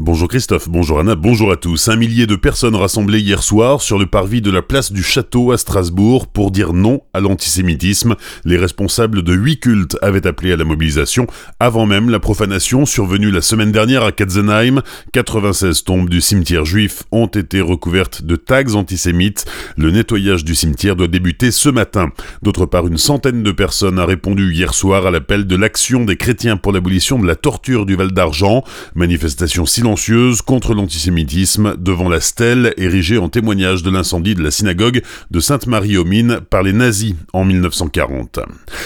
Bonjour Christophe, bonjour Anna, bonjour à tous. Un millier de personnes rassemblées hier soir sur le parvis de la place du Château à Strasbourg pour dire non à l'antisémitisme. Les responsables de 8 cultes avaient appelé à la mobilisation avant même la profanation survenue la semaine dernière à Katzenheim. 96 tombes du cimetière juif ont été recouvertes de tags antisémites. Le nettoyage du cimetière doit débuter ce matin. D'autre part, une centaine de personnes a répondu hier soir à l'appel de l'Action des chrétiens pour l'abolition de la torture du Val d'Argent. Manifestation silencieuse contre l'antisémitisme devant la stèle érigée en témoignage de l'incendie de la synagogue de Sainte-Marie-aux-Mines par les nazis en 1940.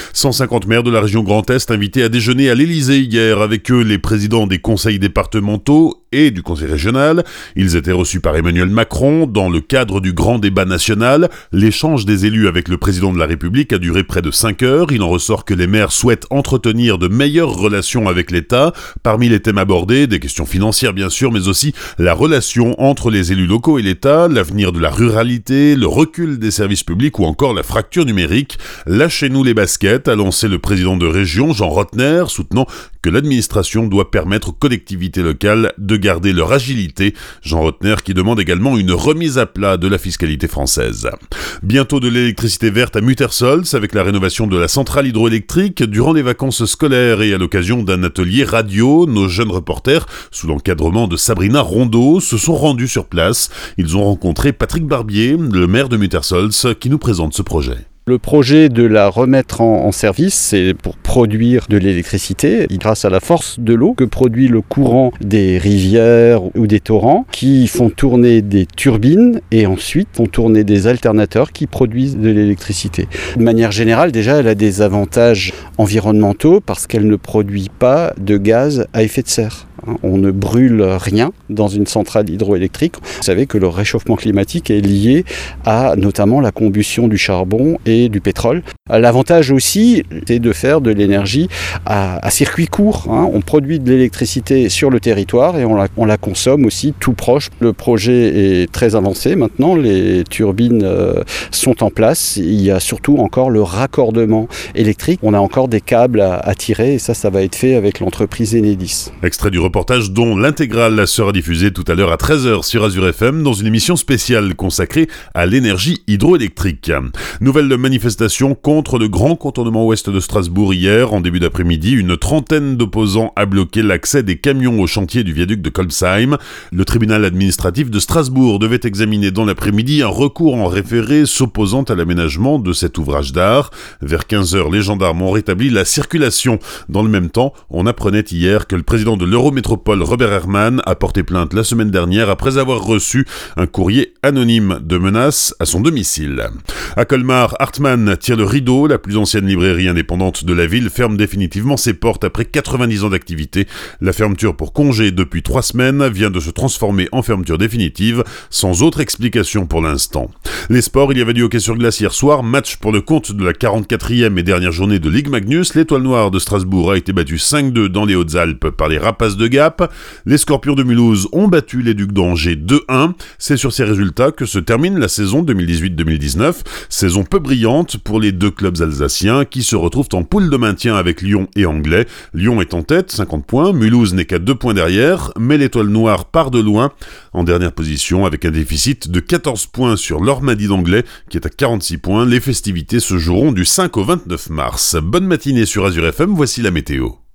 150 maires de la région Grand Est invités à déjeuner à l'Élysée hier, avec eux les présidents des conseils départementaux et du conseil régional. Ils étaient reçus par Emmanuel Macron dans le cadre du grand débat national. L'échange des élus avec le président de la République a duré près de 5 heures. Il en ressort que les maires souhaitent entretenir de meilleures relations avec l'État. Parmi les thèmes abordés, des questions financières bien sûr, mais aussi la relation entre les élus locaux et l'État, l'avenir de la ruralité, le recul des services publics ou encore la fracture numérique. Lâchez-nous les baskets, a lancé le président de région, Jean Rottner, soutenant que l'administration doit permettre aux collectivités locales de garder leur agilité. Jean Rottner qui demande également une remise à plat de la fiscalité française. Bientôt de l'électricité verte à Muttersols avec la rénovation de la centrale hydroélectrique. Durant les vacances scolaires et à l'occasion d'un atelier radio, nos jeunes reporters, sous l'encadrement de Sabrina Rondeau, se sont rendus sur place. Ils ont rencontré Patrick Barbier, le maire de Muttersols, qui nous présente ce projet. Le projet de la remettre en service, c'est pour produire de l'électricité grâce à la force de l'eau que produit le courant des rivières ou des torrents qui font tourner des turbines et ensuite font tourner des alternateurs qui produisent de l'électricité. De manière générale, déjà, elle a des avantages environnementaux parce qu'elle ne produit pas de gaz à effet de serre. On ne brûle rien dans une centrale hydroélectrique. Vous savez que le réchauffement climatique est lié à notamment la combustion du charbon et du pétrole. L'avantage aussi, c'est de faire de l'énergie à circuit court. On produit de l'électricité sur le territoire et on la consomme aussi tout proche. Le projet est très avancé maintenant, les turbines sont en place. Il y a surtout encore le raccordement électrique. On a encore des câbles à tirer et ça va être fait avec l'entreprise Enedis. Extrait du reportage dont l'intégrale sera diffusée tout à l'heure à 13h sur Azure FM dans une émission spéciale consacrée à l'énergie hydroélectrique. Nouvelle manifestation contre le grand contournement ouest de Strasbourg hier. En début d'après-midi, une trentaine d'opposants a bloqué l'accès des camions au chantier du viaduc de Kolbsheim. Le tribunal administratif de Strasbourg devait examiner dans l'après-midi un recours en référé s'opposant à l'aménagement de cet ouvrage d'art. Vers 15h, les gendarmes ont rétabli la circulation. Dans le même temps, on apprenait hier que le président de l'Eurométropole, Robert Herrmann, a porté plainte la semaine dernière après avoir reçu un courrier anonyme de menaces à son domicile. À Colmar, Hartmann tire le rideau. La plus ancienne librairie indépendante de la ville ferme définitivement ses portes après 90 ans d'activité. La fermeture pour congé depuis 3 semaines vient de se transformer en fermeture définitive, sans autre explication pour l'instant. Les sports, il y avait du hockey sur glace hier soir, match pour le compte de la 44e et dernière journée de Ligue Magnus. L'Étoile Noire de Strasbourg a été battue 5-2 dans les Hautes-Alpes par les Rapaces de Gap. Les Scorpions de Mulhouse ont battu les Ducs d'Angers 2-1. C'est sur ces résultats que se termine la saison 2018-2019. Saison peu brillante pour les deux clubs alsaciens qui se retrouvent en poule de maintien avec Lyon et Anglet. Lyon est en tête, 50 points. Mulhouse n'est qu'à 2 points derrière, mais l'Étoile Noire part de loin en dernière position avec un déficit de 14 points sur l'Ormadi d'Anglet qui est à 46 points. Les festivités se joueront du 5 au 29 mars. Bonne matinée sur Azure FM, voici la météo.